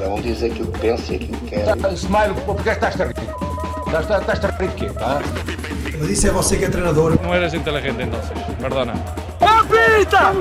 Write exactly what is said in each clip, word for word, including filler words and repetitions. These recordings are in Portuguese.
Cada um diz aquilo que pensa e aquilo que quer. Tá, Smile, porque estás a rir? Estás, estás a rir de quê? Ah? Mas isso é você que é treinador. No eres inteligente entonces, perdona. ¡Apita!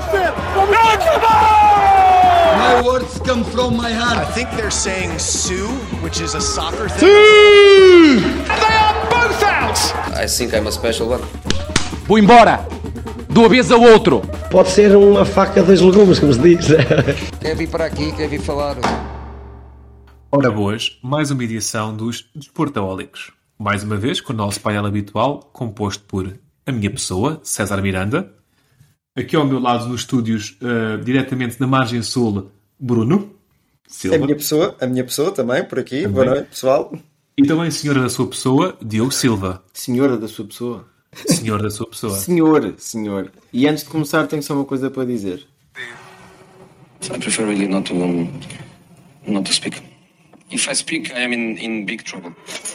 My words come from my heart. I think they're saying Sue, which is a soccer thing. Sim! They are both out! I think I'm a special one. Vou embora! De uma vez ao outro! Pode ser uma faca dos legumes, como se diz. Quer vir para aqui, quer vir falar. Ora boas, mais uma edição dos Desportaólicos. Mais uma vez com o nosso painel habitual, composto por a minha pessoa, César Miranda. Aqui ao meu lado nos estúdios, uh, diretamente na margem sul, Bruno Silva. A minha pessoa, a minha pessoa também, por aqui. Também. Boa noite, pessoal. E também senhora da sua pessoa, Diogo Silva. Senhora da sua pessoa? Senhor da sua pessoa. Senhor, senhor. E antes de começar tenho só uma coisa para dizer. I prefer really not to, um, not to speak. If I speak, I am in, in big trouble.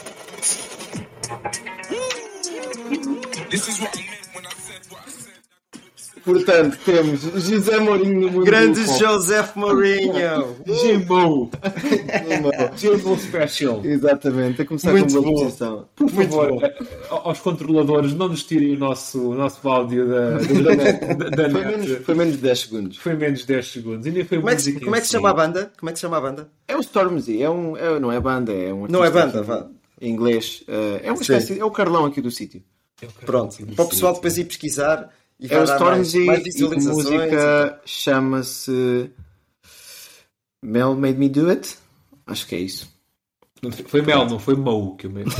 This is what I meant when I said what I said. Portanto, temos José Mourinho no mundo Grande do José Mourinho. Jimbo! Jimbo Special! Exatamente, a começar Muito com uma bom. posição. Por favor, aos controladores, não nos tirem o nosso, o nosso áudio da, da, da, da Foi net. menos, foi menos de dez segundos. Foi menos de dez segundos. E nem foi Como é, que, música como é em que se si. chama a banda? Como é que se chama a banda? É o Stormzy, é um, é, não é banda, é um Não é artista banda, aqui vá. em inglês. eh, é uma Sim. espécie, é o Carlão aqui do sítio. Pronto. Para o pessoal depois ir pesquisar e É vai o dar mais, Stormzy mais e a visualizações. música chama-se Mel Made Me Do It. Acho que é isso. Foi Mel, não foi Mo. Que eu me...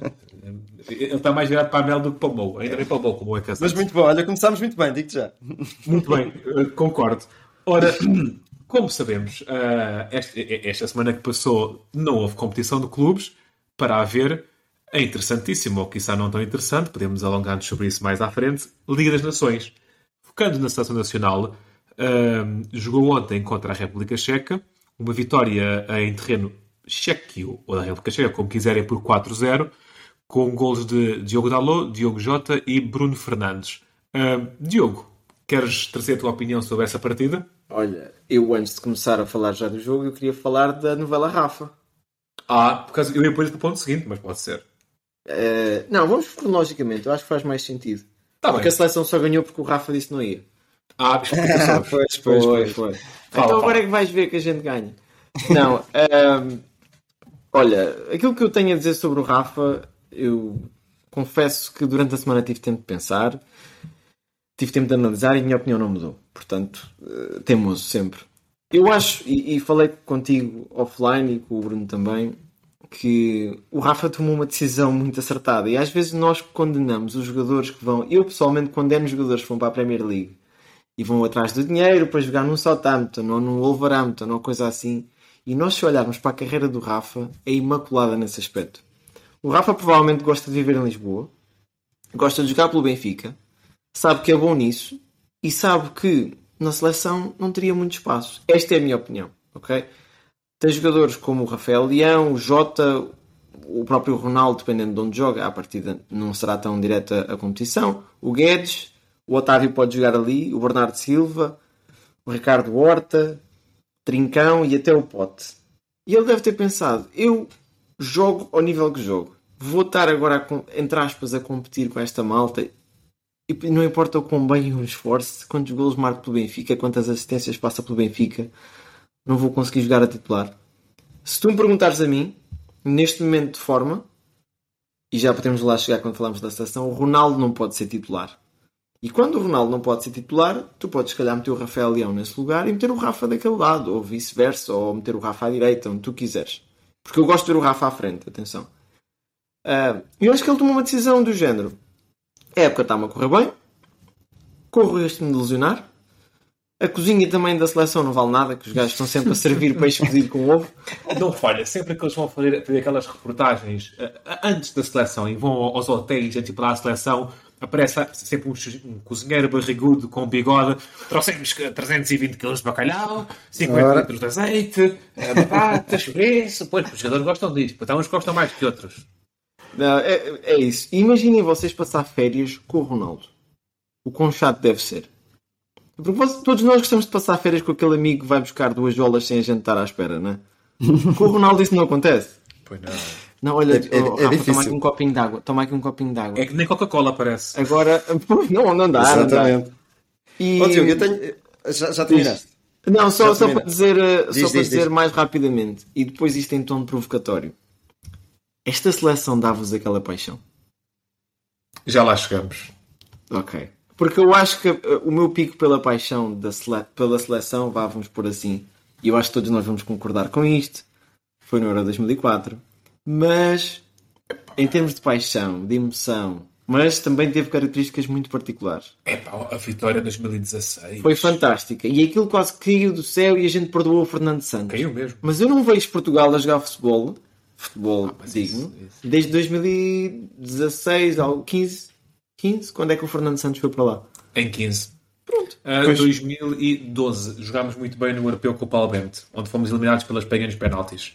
Ele está mais virado para a Mel do que para o Mo. Ainda nem para o Mo, como é que é. Mas muito bom, olha, começámos muito bem, digo-te já. Muito bem, eh, concordo. Ora, como sabemos, eh, esta, esta semana que passou não houve competição de clubes para haver a interessantíssima, ou quiçá não tão interessante, podemos alongar-nos sobre isso mais à frente, Liga das Nações. Focando na Seleção Nacional, eh, jogou ontem contra a República Checa, uma vitória em terreno chequio, ou da República Checa, como quiserem, por quatro a zero, com golos de Diogo Dalot, Diogo Jota e Bruno Fernandes. Eh, Diogo, queres trazer a tua opinião sobre essa partida? Olha, eu antes de começar a falar já do jogo, eu queria falar da novela Rafa. Ah, por causa, eu ia pôr isso para o ponto seguinte, mas pode ser. Eh, não, vamos cronologicamente, eu acho que faz mais sentido. Tá porque bem. a seleção só ganhou porque o Rafa disse não ia. Ah, explicações. Pois, Foi, pois, pois. foi. Fala, então agora fala. é que vais ver que a gente ganha. Não, ehm, olha, aquilo que eu tenho a dizer sobre o Rafa, eu confesso que durante a semana tive tempo de pensar, tive tempo de analisar e a minha opinião não mudou. Portanto, eh, teimoso sempre. Eu acho, e, e falei contigo offline e com o Bruno também, que o Rafa tomou uma decisão muito acertada. E às vezes nós condenamos os jogadores que vão... Eu pessoalmente condeno os jogadores que vão para a Premier League e vão atrás do dinheiro para jogar num Southampton ou num Wolverhampton ou coisa assim. E nós, se olharmos para a carreira do Rafa, é imaculada nesse aspecto. O Rafa provavelmente gosta de viver em Lisboa, gosta de jogar pelo Benfica, sabe que é bom nisso e sabe que na seleção não teria muito espaço. Esta é a minha opinião, ok? Tem jogadores como o Rafael Leão, o Jota, o próprio Ronaldo, dependendo de onde joga, à partida não será tão direta a competição. O Guedes, o Otávio pode jogar ali, o Bernardo Silva, o Ricardo Horta, Trincão e até o Pote. E ele deve ter pensado, eu jogo ao nível que jogo. Vou estar agora, a, entre aspas, a competir com esta malta e não importa o quão bem eu esforço, quantos golos marco pelo Benfica, quantas assistências passa pelo Benfica, não vou conseguir jogar a titular. Se tu me perguntares a mim, neste momento de forma, e já podemos lá chegar quando falamos da seleção, o Ronaldo não pode ser titular. E quando o Ronaldo não pode ser titular, tu podes, se calhar, meter o Rafael Leão nesse lugar e meter o Rafa daquele lado, ou vice-versa, ou meter o Rafa à direita, onde tu quiseres. Porque eu gosto de ver o Rafa à frente, atenção. Uh, eu acho que ele tomou uma decisão do género. A época está-me a correr bem, corro o risco de me lesionar. A cozinha também da seleção não vale nada, que os gajos estão sempre a servir peixe cozido com ovo. Não falha, sempre que eles vão fazer, fazer aquelas reportagens uh, antes da seleção e vão aos hotéis a tipo lá a seleção, aparece sempre um, um cozinheiro barrigudo com um bigode, trouxemos trezentos e vinte quilos de bacalhau, cinquenta litros de azeite, uh, batatas, chouriço, pois os jogadores gostam disto, então uns gostam mais que outros. Não, é, é isso. Imaginem vocês passar férias com o Ronaldo. O quão chato deve ser. Porque todos nós gostamos de passar férias com aquele amigo que vai buscar duas jolas sem a gente estar à espera, não é? Com o Ronaldo isso não acontece. Pois não. Não, olha, É- é- oh, é Rafa, difícil. toma aqui um copinho de água. Toma aqui um copinho de água. É que nem Coca-Cola parece. Agora, não, não dá. Não dá. Exatamente. E... Ó Diogo, eu tenho... Já, já terminaste? Não, só, Já só termina. para dizer, uh, Diz, só diz, para dizer diz. mais rapidamente, e depois isto em tom provocatório. Esta seleção dá-vos aquela paixão? Já lá chegamos. Ok. Porque eu acho que uh, o meu pico pela paixão da sele... pela seleção, vá, vamos por assim, e eu acho que todos nós vamos concordar com isto, foi no Euro dois mil e quatro, mas em termos de paixão, de emoção, mas também teve características muito particulares. É pá, a vitória de dois mil e dezasseis. Foi fantástica. E aquilo quase caiu do céu e a gente perdoou o Fernando Santos. Caiu mesmo. Mas eu não vejo Portugal a jogar futebol, futebol mas digno, isso- isso. desde dois mil e dezasseis ao quinze. quinze? Quando é que o Fernando Santos foi para lá? Em quinze. Pronto. Uh, dois mil e doze. Jogámos muito bem no Europeu com o Paulo Bento, onde fomos eliminados pela Espanha nos penaltis.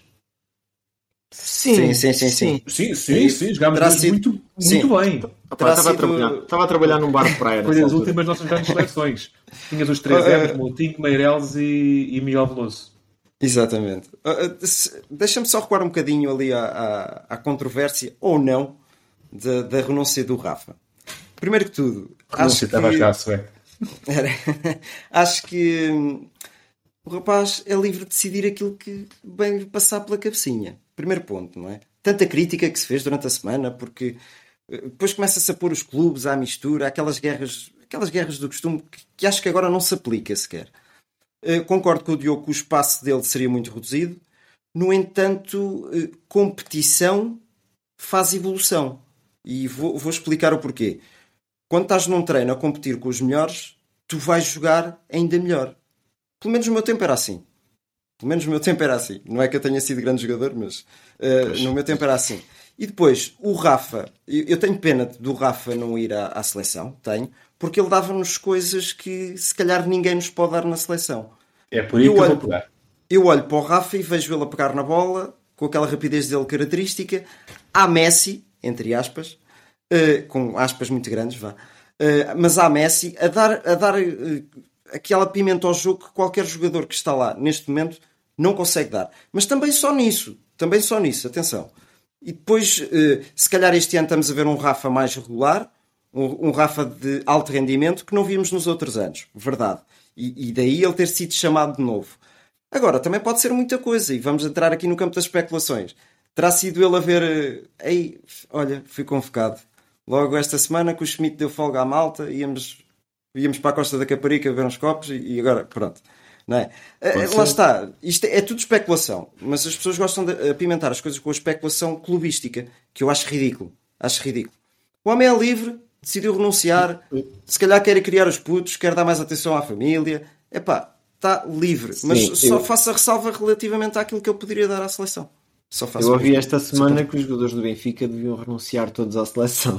Sim, Sim, sim, sim, sim. Sim, sim, sim. Jogámos Terá muito, sido- muito, sim. muito bem. Opa, Terá estava, a sido- trabalhar, estava a trabalhar num bar de praia. Foi nessa das altura. últimas nossas grandes seleções. Tinhas os três M's, Moutinho, Meireles e, e Miguel Veloso. Exatamente. Uh, uh, se- Deixa-me só recuar um bocadinho ali à, à, à controvérsia, ou não, da, da renúncia do Rafa. Primeiro que tudo, acho que... Estava a jogar a Suécia. Era. Acho que hum, o rapaz é livre de decidir aquilo que bem lhe passar pela cabecinha. Primeiro ponto, não é? Tanta crítica que se fez durante a semana, porque eh, depois começa-se a pôr os clubes à mistura, aquelas guerras, aquelas guerras do costume que, que acho que agora não se aplica sequer. Eh, concordo com o Diogo que o espaço dele seria muito reduzido. No entanto, eh, competição faz evolução. E vou, vou explicar o porquê. Quando estás num treino a competir com os melhores, tu vais jogar ainda melhor. Pelo menos no meu tempo era assim. Pelo menos no meu tempo era assim. Não é que eu tenha sido grande jogador, mas uh, no meu tempo era assim. E depois, o Rafa, eu, eu tenho pena do Rafa não ir à, à seleção, tenho, porque ele dava-nos coisas que se calhar ninguém nos pode dar na seleção. É por aí Eu que eu olho- vou pegar. Eu olho para o Rafa e vejo ele a pegar na bola, com aquela rapidez dele característica. Há Messi, entre aspas, uh, com aspas muito grandes, vá. Uh, mas há Messi a dar, a dar uh, aquela pimenta ao jogo que qualquer jogador que está lá neste momento não consegue dar. Mas também só nisso. Também só nisso, atenção. E depois, uh, se calhar este ano estamos a ver um Rafa mais regular, um, um Rafa de alto rendimento que não vimos nos outros anos. Verdade. E, e daí ele ter sido chamado de novo. Agora, também pode ser muita coisa, e vamos entrar aqui no campo das especulações. Terá sido ele a ver... Ei, olha, fui convocado. Logo esta semana que o Schmidt deu folga à malta, íamos, íamos para a Costa da Caparica ver uns copos, e, e agora, pronto. Não é? Uh, lá está. Isto é, é tudo especulação, mas as pessoas gostam de apimentar as coisas com a especulação clubística, que eu acho ridículo. Acho ridículo. O homem é livre, decidiu renunciar, se calhar quer criar os putos, quer dar mais atenção à família. Epá, está livre. Mas Sim, só eu- faça ressalva relativamente àquilo que ele poderia dar à seleção. Só faço Eu ouvi mesmo. esta semana que os jogadores do Benfica deviam renunciar todos à seleção.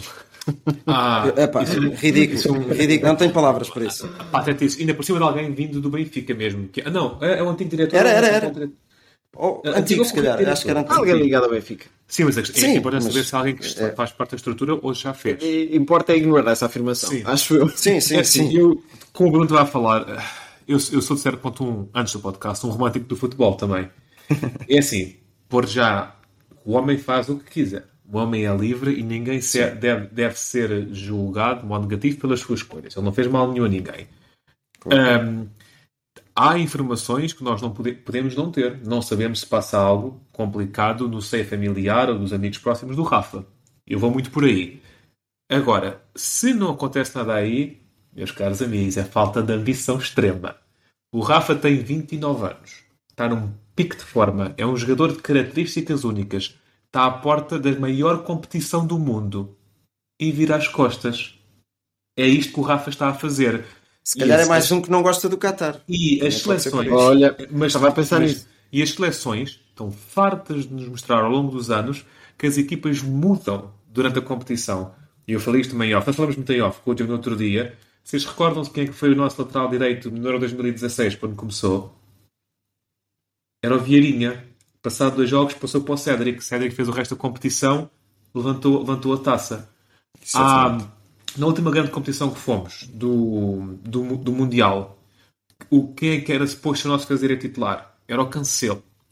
Ah, Epá, ridículo, ridículo. Não tenho palavras para isso. patetice. Ainda por cima de alguém vindo do Benfica mesmo. Que, ah, não, é, é o antigo diretor. Era, era, é o era. diretor. Oh, Ah, antigo, antigo se calhar. diretor. Acho que era antigo. Alguém ligado ao Benfica. Sim, mas é, é Sim, importante mas- saber se alguém que está- faz parte da estrutura ou já fez. E importa é ignorar essa afirmação. Sim. Acho eu. Sim, sim, É assim, sim. eu, como o Bruno estava a falar, eu, eu sou de certo ponto um, antes do podcast, um romântico do futebol também. É assim, por já, o homem faz o que quiser. O homem é livre e ninguém se- deve, deve ser julgado de modo negativo pelas suas escolhas. Ele não fez mal nenhum a ninguém. Ahm, há informações que nós não pode- podemos não ter. Não sabemos se passa algo complicado no seio familiar ou dos amigos próximos do Rafa. Eu vou muito por aí. Agora, se não acontece nada aí, meus caros amigos, é falta de ambição extrema. O Rafa tem vinte e nove anos. Está num pico de forma. É um jogador de características únicas. Está à porta da maior competição do mundo. E vira as costas. É isto que o Rafa está a fazer. Se calhar E é as- mais um que não gosta do Qatar. E as Também pode ser por seleções... isso. Olha, Mas, estava a pensar mas- nisso. E as seleções estão fartas de nos mostrar ao longo dos anos que as equipas mudam durante a competição. E eu falei isto também em off. Nós falamos muito em off com o Diogo no outro dia. Vocês recordam-se quem é que foi o nosso lateral direito no Euro dois mil e dezasseis, quando começou? Era o Vieirinha. Passado dois jogos, passou para o Cédric. Cédric fez o resto da competição, levantou, levantou a taça. Ah, na última grande competição que fomos, do, do, do Mundial, o quem é que era suposto a nós fazer a titular? Era o Cancelo.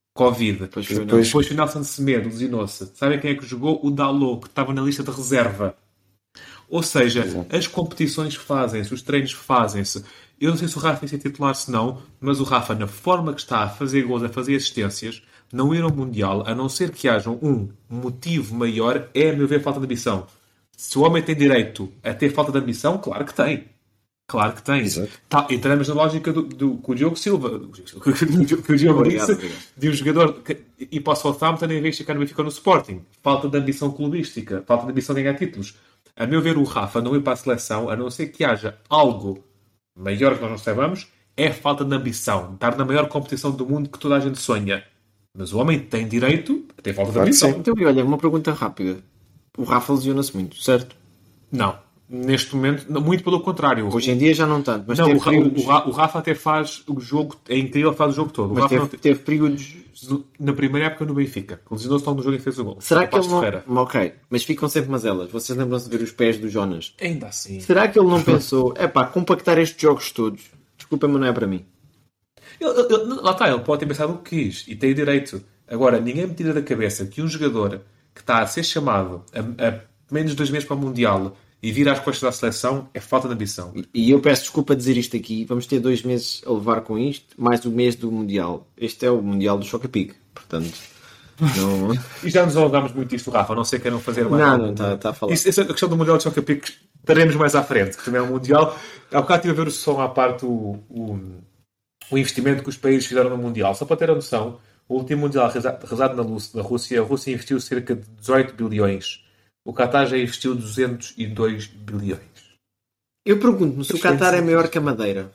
Covid. Depois foi, Depois- Depois o Nelson Semedo lesionou-se. Sabem quem é que jogou? O Dalot, que estava na lista de reserva. Ou seja, as competições fazem-se, os treinos fazem-se. Eu não sei se o Rafa ia ser titular, se não, mas o Rafa, na forma que está a fazer gols, a fazer assistências, não ir ao Mundial, a não ser que haja um motivo maior, é, a meu ver, falta de ambição. Se o homem tem direito a ter falta de ambição, claro que tem. Claro que tem. Exato. Tá, entramos na lógica do, do, que o Diogo Silva, que o Diogo Obrigado, disse, obrigado. de um jogador que, e para o Southampton em vez de ficar no Benfica ou no Sporting. Falta de ambição clubística, falta de ambição de ganhar títulos. A meu ver, o Rafa não ir para a seleção, a não ser que haja algo maior que nós não saibamos, é falta de ambição. Estar na maior competição do mundo que toda a gente sonha. Mas o homem tem direito a ter falta de Claro que ambição. Então, e olha, uma pergunta rápida. O Rafa lesiona-se muito, certo? Não. Neste momento, não, muito pelo contrário. Hoje em dia já não tanto, mas não, teve o, Ra- períodos... o, Ra- o Rafa até faz o jogo, é incrível, faz o jogo todo. O Mas Rafa teve, não te- teve períodos... no- na primeira época no Benfica, lesionou-se logo no jogo e fez o gol. Será O que ele Passos não... Ferreira. Ok, mas ficam sempre mazelas. Vocês lembram-se de ver os pés do Jonas? Ainda assim. Será que ele não pensou, é pá, compactar estes jogos todos? Desculpa, mas não é para mim. Ele- ele- ele- lá está, ele pode ter pensado o que quis e tem direito. Agora, ninguém me tira da cabeça que um jogador que está a ser chamado a, a menos de dois meses para o Mundial e vir às costas da seleção é falta de ambição. E- E eu peço desculpa dizer isto aqui. Vamos ter dois meses a levar com isto, mais o mês do Mundial. Este é o Mundial do Choca-Pique. Portanto, não... E já nos alongámos muito isto, Rafa, a não ser queiram fazer mais Não, algo. não, está tá a falar. Isso, essa questão do Mundial de Choca-Pique estaremos mais à frente, que também é um Mundial. Há bocado estive a ver o som à parte o, o, o investimento que os países fizeram no Mundial. Só para ter a noção, o último Mundial realizado na Lú- na Rússia, a Rússia investiu cerca de dezoito bilhões. O Qatar já investiu duzentos e dois bilhões. Eu pergunto-me se o Qatar é maior que a Madeira.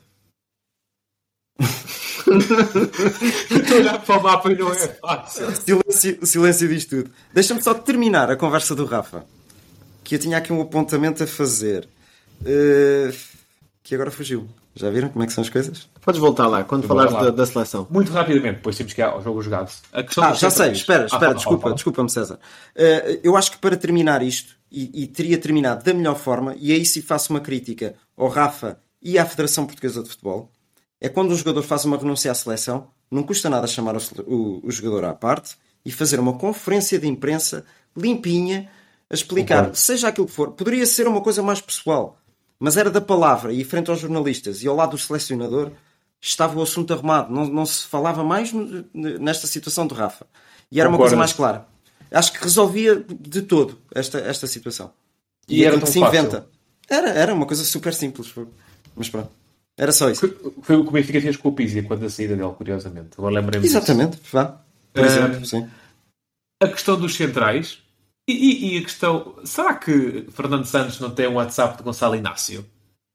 Estou a olhar para o mapa e não é fácil. Silêncio, o silêncio diz tudo. Deixa-me só terminar a conversa do Rafa. Que eu tinha aqui um apontamento a fazer. eh, que agora fugiu. Já viram como é que são as coisas? Podes voltar lá, quando Eu falares vou lá. da, da seleção. Muito rapidamente, depois temos que ir ao jogo jogado. A questão Ah, dos já sei. centrais- Espera, Ah, espera. fala, desculpa, fala, fala. desculpa-me, César. Eh, eu acho que para terminar isto, e, e teria terminado da melhor forma, e aí sim faço uma crítica ao Rafa e à Federação Portuguesa de Futebol, é quando um jogador faz uma renúncia à seleção, não custa nada chamar o, o- o jogador à parte e fazer uma conferência de imprensa limpinha a explicar, Concordo. seja aquilo que for. Poderia ser uma coisa mais pessoal, mas era da palavra e frente aos jornalistas e ao lado do selecionador estava o assunto arrumado. Não, não se falava mais no- nesta situação do Rafa. E era uma Concordo. coisa mais clara. Acho que resolvia de todo esta, esta situação. E era aquilo tão que se fácil. inventa. Era, era uma coisa super simples. Mas pronto. Era só isso. Foi, foi o que o Benfica fez com o Pizzi quando da saída dele, curiosamente. Agora lembrei-me disso. Exatamente. Vá. Por Ah, exemplo, sim. A questão dos centrais e, e- e a questão... Será que Fernando Santos não tem um WhatsApp de Gonçalo Inácio?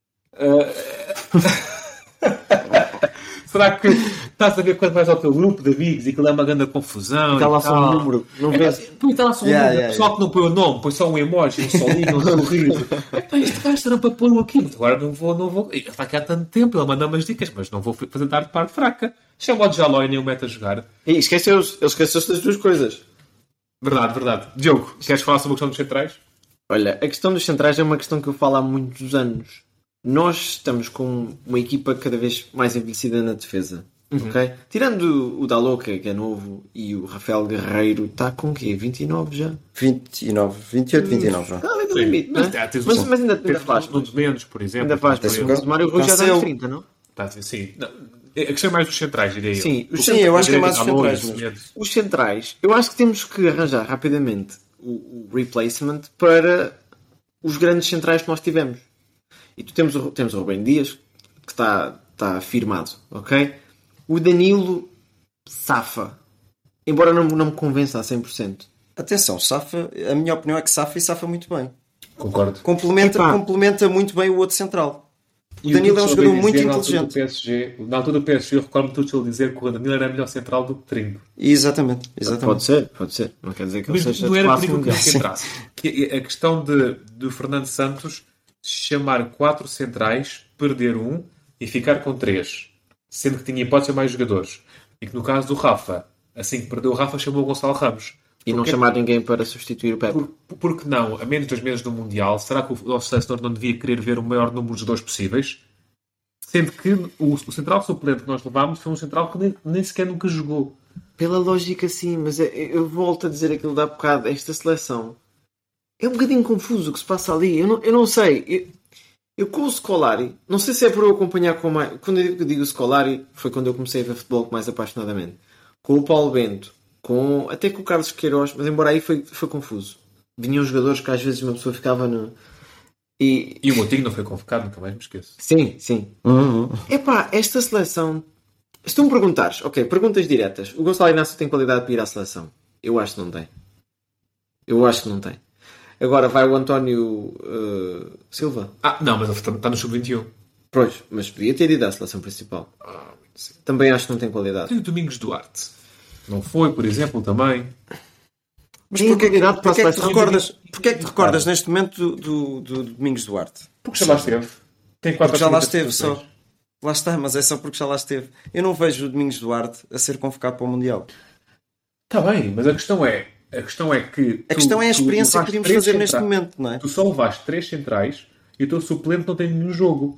Ah, será que estás a ver quando vais ao teu grupo de amigos e aquilo é uma grande confusão? Está e lá só tal? um número. Não É, vês? põe está lá só um Yeah, número. yeah, Pessoal que não põe o nome, põe só um emoji, um solinho, um sorriso. Epá, este gajo será para pôr aqui, mas agora não vou, não vou. Ele está aqui há tanto tempo, ele manda umas dicas, mas não vou fazer dar de parte fraca. Chama o Jalói nem o mete a jogar. E esqueceu-se, ele esqueceu-se das duas coisas. Verdade, verdade. Diogo, queres falar sobre a questão dos centrais? Olha, a questão dos centrais é uma questão que eu falo há muitos anos. Nós estamos com uma equipa cada vez mais envelhecida na defesa. Ok? Tirando o Dalot, que é- que é novo, e o Rafael Guerreiro, está com o quê? vinte e nove já? vinte e nove, vinte e oito, vinte e nove já. Está ali no limite, não é? Mas, ah, tens o mas, som. mas ainda, ainda Tens faz. um dos menos, por exemplo. Ainda faz. Tens Por o- exemplo, o Mário Rui já dá Cancelo. uns trinta, não? Tá, sim. Não, a questão é mais dos centrais, diria eu. Sim, os Sim, eu acho que é mais os Dalot, centrais os mesmo. medos. Os centrais, eu acho que temos que arranjar rapidamente o, o replacement para os grandes centrais que nós tivemos. E tu temos o, temos o Rubem Dias, que está está firmado, ok? O Danilo safa. Embora não, não me convença a cem por cento. Atenção, Safa, a minha opinião é que Safa e Safa muito bem. Concordo. Complementa, Epá. complementa muito bem o outro central. E O Danilo é um Tuchel jogador veio muito dizer, na altura inteligente. do P S G, na altura do P S G, eu recordo-me de Tuchel dizer que o Danilo era melhor central do que Trinco. Exatamente, exatamente. Pode ser, pode ser. Não quer dizer que ele Mas seja não de era por classe isso que eu mundial. queria que entrasse. Que é a questão de, do Fernando Santos chamar quatro centrais, perder um e ficar com três. Sendo que tinha hipótese a mais jogadores. E que no caso do Rafa, assim que perdeu o Rafa, chamou o Gonçalo Ramos. E não Porque- chamar ninguém para substituir o Pepe. Por, por que não? A menos de dois meses do Mundial, será que o nosso selecionador não devia querer ver o maior número de jogadores possíveis? Sendo que o, o central suplente que nós levámos foi um central que nem, nem sequer nunca jogou. Pela lógica, sim, mas eu, eu volto a dizer aquilo de há bocado. Esta seleção é um bocadinho confuso o que se passa ali. Eu não, eu não sei. Eu, eu com o Scolari, não sei se é por eu acompanhar com mais. Quando eu digo, digo Scolari, foi quando eu comecei a ver futebol mais apaixonadamente. Com o Paulo Bento, com, até com o Carlos Queiroz, mas embora aí foi, foi confuso. Vinham jogadores que às vezes uma pessoa ficava no. E, e o Moutinho não foi convocado, nunca mais me esqueço. Sim, sim. Uhum. Epá, esta seleção. Se tu me perguntares, ok, perguntas diretas. O Gonçalo Inácio tem qualidade para ir à seleção? Eu acho que não tem. Eu acho que não tem. Agora vai o António uh, Silva. Ah, não, mas ele está no sub vinte e um. Pois, mas podia ter ido à seleção principal. Ah, também acho que não tem qualidade. Tem o Domingos Duarte. Não foi, por exemplo, também. Mas porquê, porquê, porquê, é que te recordas, porquê é que te recordas neste momento do, do, do Domingos Duarte? Porque já lá esteve. Tem quatro porque já lá esteve só. Lá está, mas é só porque já lá esteve. Eu não vejo o Domingos Duarte a ser convocado para o Mundial. Está bem, mas a questão é... A questão é que... Tu, a questão é a experiência que podíamos fazer centrais, neste momento, não é? Tu só levaste três centrais e o teu suplente não tem nenhum jogo.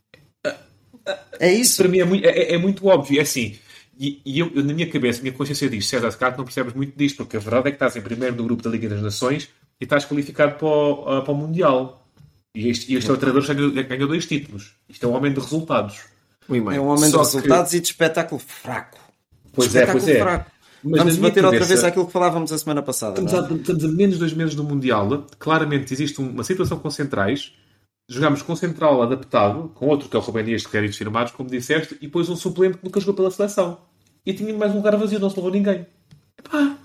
É isso. Para mim é muito, é, é muito óbvio. É assim... E, e eu, eu, na minha cabeça, a minha consciência diz, César, se calhar não percebes muito disto, porque a verdade é que estás em primeiro no grupo da Liga das Nações e estás qualificado para o, uh, para o Mundial. E este, e este é o treinador que ganhou, ganhou dois títulos. Isto é um homem de resultados. É um homem Só de resultados que... e de espetáculo fraco. Pois espetáculo é, pois fraco. é. Mas vamos bater cabeça, outra vez aquilo que falávamos a semana passada. Estamos, não é? a, estamos a menos de dois meses do Mundial. Claramente existe uma situação com centrais. Jogámos com central adaptado, com outro que é o Rubem Dias de créditos firmados, como disseste, e depois um suplente que nunca jogou pela seleção. E tinha mais um lugar vazio, não se levou ninguém. Epá.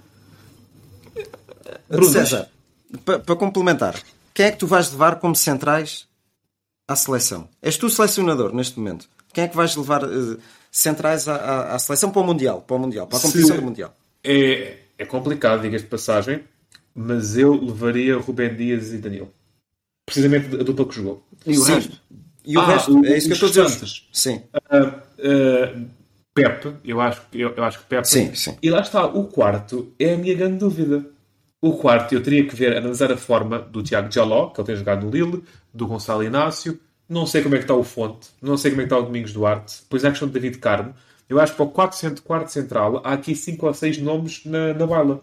Bruno, César, para pa complementar, quem é que tu vais levar como centrais à seleção? És tu o selecionador neste momento. Quem é que vais levar uh, centrais à, à, à seleção para o Mundial? Para, o mundial, para a competição Se do Mundial? É, é complicado, diga-se de passagem, mas eu levaria Rubem Dias e Danilo. Precisamente a dupla que jogou. E o Sim. resto? E o ah, resto? O, é isso que eu estou a dizer. Sim. Uh, uh, Pepe, eu acho, eu, eu acho que Pepe. Sim, sim. E lá está, o quarto é a minha grande dúvida. O quarto, eu teria que ver, analisar a forma do Tiago Jaló, que ele tem jogado no Lille, do Gonçalo Inácio. Não sei como é que está o Fonte, não sei como é que está o Domingos Duarte. Depois há a questão de David Carmo. Eu acho que para o quarto, quarto central há aqui cinco ou seis nomes na, na bala.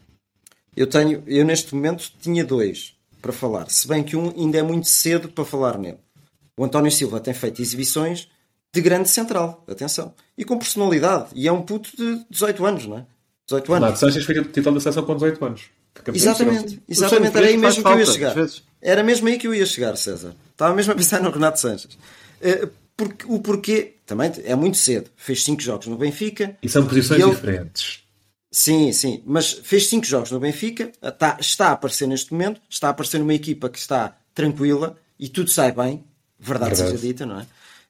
Eu tenho, eu neste momento tinha dois para falar, se bem que um ainda é muito cedo para falar nele. O António Silva tem feito exibições de grande central, atenção, e com personalidade, e é um puto de dezoito anos, não é? dezoito anos. Renato Sanches foi titular da seleção com dezoito anos. Exatamente, exatamente, era aí mesmo que eu ia chegar. Era mesmo aí que eu ia chegar, César. Estava mesmo a pensar no Renato Sanches. Porque, o porquê, também é muito cedo. Fez cinco jogos no Benfica. E são posições e ele... diferentes. Sim, sim, mas fez cinco jogos no Benfica, está, está a aparecer neste momento, está a aparecer numa equipa que está tranquila e tudo sai bem, verdade, verdade. seja dita, não é?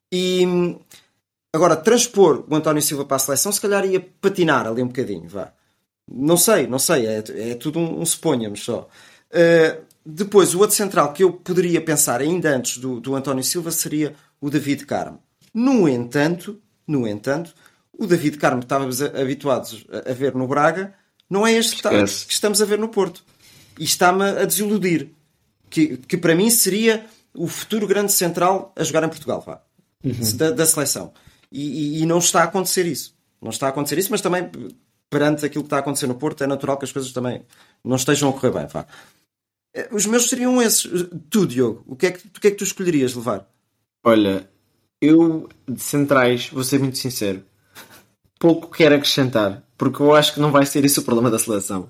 E agora, transpor o António Silva para a seleção, se calhar ia patinar ali um bocadinho, vá. Não sei, não sei, é, é tudo um, um suponhamos só. Uh, depois, o outro central que eu poderia pensar ainda antes do, do António Silva seria o David Carmo. No entanto, no entanto, o David Carmo que estávamos habituados a ver no Braga não é este que, está, que estamos a ver no Porto. E está-me a desiludir. Que, que para mim seria o futuro grande central a jogar em Portugal, vá. Uhum. Da, da seleção. E, e, e não está a acontecer isso. Não está a acontecer isso, mas também perante aquilo que está a acontecer no Porto é natural que as coisas também não estejam a correr bem, vá. Os meus seriam esses. Tu, Diogo, o que é que, o que é que tu escolherias levar? Olha, eu de centrais, vou ser muito sincero, pouco quero acrescentar, porque eu acho que não vai ser esse o problema da seleção.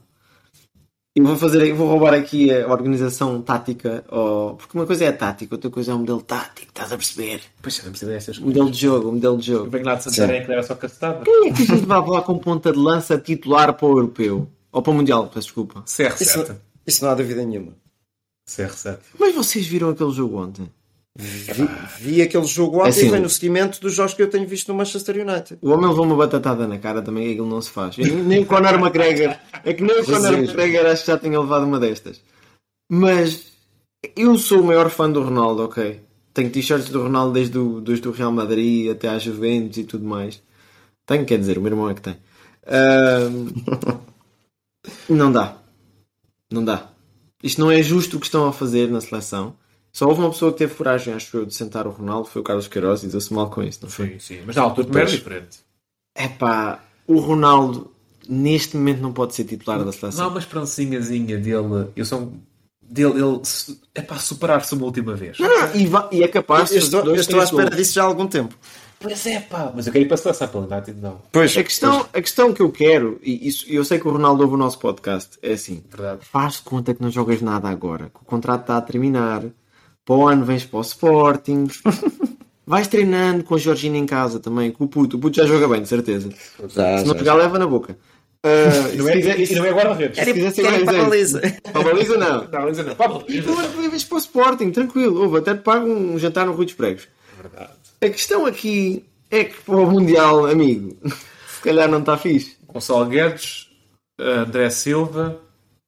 E vou fazer, vou roubar aqui a organização tática, ou, porque uma coisa é a tática, outra coisa é o modelo tático, estás a perceber? Pois é, não precisa dessas coisas. Modelo de jogo, modelo de jogo. Eu venho lá de Santarém que era só cacetada. Quem é que a gente vai falar com ponta de lança titular para o europeu? Ou para o mundial, peço desculpa. C R sete. Isso, isso não há dúvida nenhuma. C R sete. Mas vocês viram aquele jogo ontem? Vi, vi aquele jogo ontem assim, e vem no seguimento dos jogos que eu tenho visto no Manchester United. O homem levou uma batatada na cara também, aquilo não se faz. Nem o Conor McGregor, é que nem o Conor McGregor acho que já tinha levado uma destas. Mas eu sou o maior fã do Ronaldo, ok? Tenho t-shirts do Ronaldo desde o, desde o Real Madrid até à Juventus e tudo mais. Tenho, quer dizer, o meu irmão é que tem. Uh... não dá. Não dá. Isto não é justo o que estão a fazer na seleção. Só houve uma pessoa que teve coragem, acho eu, de sentar o Ronaldo, foi o Carlos Queiroz, e deu-se mal com isso, não foi? Sim, sim. Mas na altura também era diferente. É pá, o Ronaldo, neste momento não pode ser titular da seleção. Não há uma esperancinhazinha dele. Eu sou dele. Ele é para superar-se uma última vez. Não, não, e, va- e é capaz. Eu estou, eu dois, estou à três espera golos. disso já há algum tempo. Pois é, pá. Mas eu quero ir para a seleção pelo United, não. Pois, A questão, a questão que eu quero, e isso, eu sei que o Ronaldo ouve o nosso podcast, é assim: Verdade. faz de conta que não jogas nada agora, que o contrato está a terminar, para o ano vens para o Sporting, vais treinando com a Georgina em casa também, com o puto. O puto já joga bem, de certeza. já, Se não já, jogar, leva na boca. Ah, E não se é, quiser- e não é guarda-redes. se quiser ser quero ir mais para a dez. baliza. Para a baliza, não. Não, mas não. Pá, Então agora vens para o Sporting, tranquilo. Ouve, até te pago um jantar no Rui dos Pregos. Verdade. A questão aqui é que para o Mundial, amigo, se calhar não está fixe. Gonçalo Guedes, André Silva.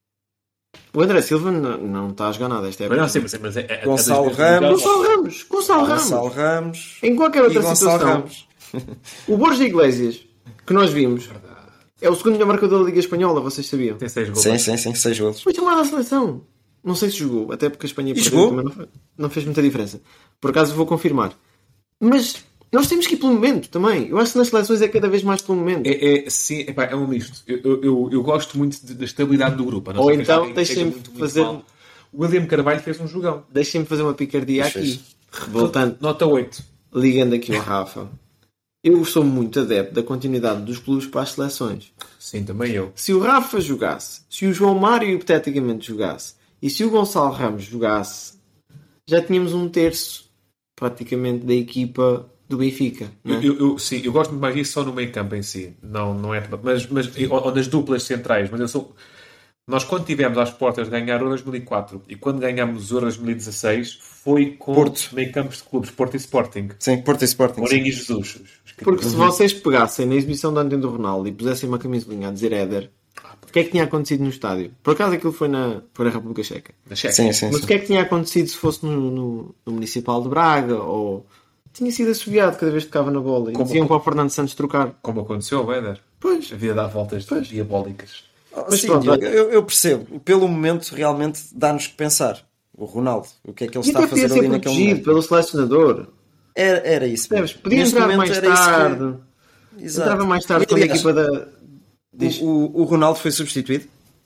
O André Silva não, não está a jogar nada esta Mas época. não sei, mas é- mas é, é, Gonçalo é das vezes Ramos. mundial. Gonçalo Ramos, Gonçalo Ramos. Gonçalo Ramos Em qualquer e outra Gonçalo situação, Ramos. o Borja Iglesias, que nós vimos, é o segundo melhor marcador da Liga Espanhola, vocês sabiam? Tem seis gols. Sim, sim, sim, seis golos. Foi chamado à seleção. Não sei se jogou, até porque a Espanha perdeu, jogou? também não, foi- não fez muita diferença. Por acaso vou confirmar. Mas nós temos que ir pelo momento também. Eu acho que nas seleções é cada vez mais pelo momento. É, é, sim, epá, é um misto. Eu, eu, eu, eu gosto muito de- da estabilidade do grupo. a não Ou ser que então alguém esteja deixem-me muito, muito fazer- mal. O William Carvalho fez um jogão. Deixem-me fazer uma picardia Pois aqui. fez. Voltando, Nota oito. ligando aqui ao Rafa. Eu sou muito adepto da continuidade dos clubes para as seleções. Sim, também eu. Se o Rafa jogasse, se o João Mário hipoteticamente jogasse e se o Gonçalo Ramos jogasse, já tínhamos um terço praticamente da equipa do Benfica. Não é? Eu, eu- eu- sim, eu gosto muito mais disso só no meio campo em si. Não, não é. Mas, mas ou, ou nas duplas centrais. Mas eu sou. Nós, quando tivemos às portas de ganhar Euro dois mil e quatro e quando ganhámos Euro dois mil e dezasseis, foi com Porto. meio campos de clubes, Porto e Sporting. Sim, Porto e Sporting. Mourinho e Jesus. Os- os- Porque se vocês pegassem na exibição de ontem do Ronaldo e pusessem uma camisolinha a dizer Éder, o que é que tinha acontecido no estádio? Por acaso aquilo foi na, foi na República Checa. Da Checa. Sim, sim, Mas sim. o que é que tinha acontecido se fosse no, no- no Municipal de Braga? Ou tinha sido assobiado cada vez que tocava na bola e Como- diziam para o Fernando Santos trocar. Como aconteceu ao Éder. Pois. A vida dá voltas diabólicas. Mas Sim, pronto, Diogo, olha. eu, eu percebo. Pelo momento, realmente, dá-nos que pensar. O Ronaldo, o que é que ele E está a até podia fazer ser ali naquele protegido momento. pelo selecionador. Era, era isso. Percebes? mesmo. Podia Neste entrar momento mais era isso que- tarde. Exato. Entrava mais tarde E, quando a aliás, equipa da. Diz. O, o, o Ronaldo foi substituído?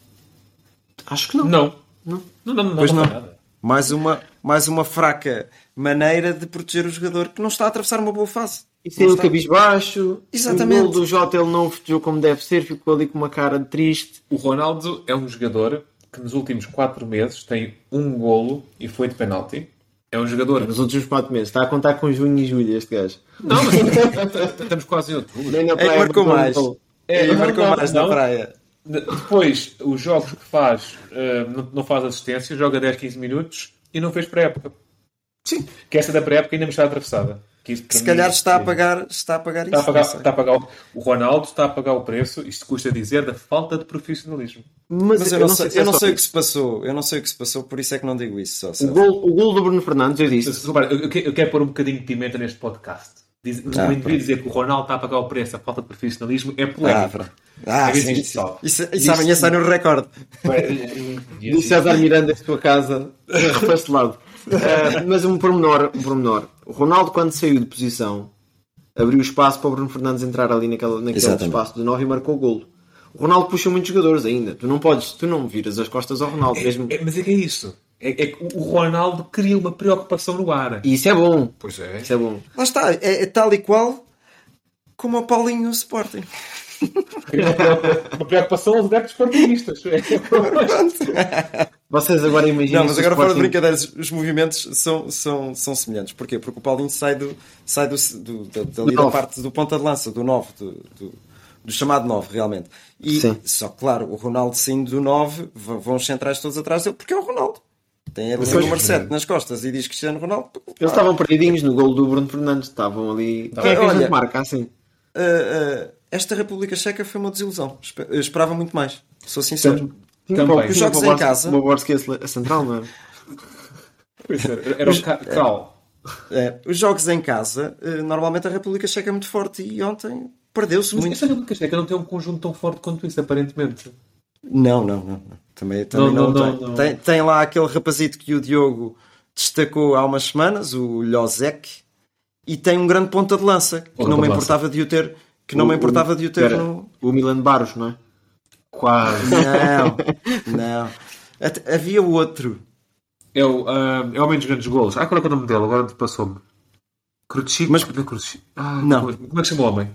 Acho que não. Não. Não. Não, não, não, Pois não, não. foi nada. Mais uma, mais uma fraca maneira de proteger o jogador que não está a atravessar uma boa fase. E saiu cabisbaixo. Exatamente. O gol do Jota ele não festejou como deve ser, ficou ali com uma cara de triste. O Ronaldo é um jogador que nos últimos quatro meses tem um golo e foi de penalti. É um jogador. Nos últimos quatro meses. Está a contar com junho e julho este gajo. Não, mas estamos quase em outubro. Nem na É que praia marcou botou um mais. gol. É, E não, marcou não, mais não. na praia. Depois, os jogos que faz, eh, não, não faz assistência, joga dez, quinze minutos e não fez pré-época. Sim. Que essa da pré-época ainda me está atravessada. Que isso, para Se mim, calhar está a sim. pagar, está a pagar isso. Está a pagar, não sei. está a pagar o, o Ronaldo está a pagar o preço, isto custa dizer, da falta de profissionalismo. Mas, Mas eu não, sei, se eu é não só sei o que isso. se passou. Eu não sei o que se passou, por isso é que não digo isso. Só, O só. gol, o gol do Bruno Fernandes, eu Mas, disse. repara, eu, eu quero- eu quero pôr um bocadinho de pimenta neste podcast. Diz, não Ah, devia dizer que o Ronaldo está a pagar o preço, a falta de profissionalismo é Ah, polémico. pronto. Ah, É sim, isso sim. só. Isso, isso amanhã sai no recorde. Do César Miranda, de tua casa, refastelado. Uh, mas um pormenor, um pormenor. O Ronaldo, quando saiu de posição, abriu espaço para o Bruno Fernandes entrar ali naquele, naquele Exatamente. espaço de nove e marcou o golo. O Ronaldo puxa muitos jogadores ainda. Tu não podes, tu não viras as costas ao Ronaldo mesmo. É, mas é que é isso. É, é que o Ronaldo cria uma preocupação no ar. E isso é bom. Pois é. Isso é bom. Lá está. É, é tal e qual como o Paulinho no Sporting. Cria uma preocupação- uma preocupação aos adeptos sportingistas. Vocês agora imaginem. Não, mas se o agora fora de Sporting- brincadeiras, os movimentos são, são, são semelhantes. Porquê? Porque o Paulinho sai, do, sai do, do, da, dali da nove. parte do ponta de lança, do nove, do, do, do chamado nove, realmente. E Sim. só que, claro, o Ronaldo saindo do nove, v- vão os centrais todos atrás dele, porque é o Ronaldo. Tem ali o Pois. número sete nas costas e diz Cristiano Ronaldo. Eles estavam perdidinhos no golo do Bruno Fernandes. Estavam ali. Quem é que a Olha, gente marca assim? Uh, uh, esta República Checa foi uma desilusão. Espe- Eu esperava muito mais. Sou sincero. Tinha Também. pouco- Os tinha jogos uma em Borsk- casa- Uma Borsk a central, não é? Pois era, era o Ca- Cal. É, os jogos em casa, uh, normalmente a República Checa é muito forte e ontem perdeu-se Mas muito. esta República Checa não tem um conjunto tão forte quanto isso, aparentemente. Não, não, não. não. Também, também Não, não, não, tem. não, não. Tem. Tem lá aquele rapazito que o Diogo destacou há umas semanas, o Lozek, e tem um grande ponta de lança, que Ponta não de me lança. importava de o ter, que não O- me importava de o ter Espera, no... O Milan Baros, não é? Quase. Não, não. Até- havia outro. É o, ah, é o homem dos grandes golos. Ah, qual é, que é o nome dele? Agora passou-me. Crucifico. Mas- Não é Crucifico. Ah, Não. Como, como é que chama o homem?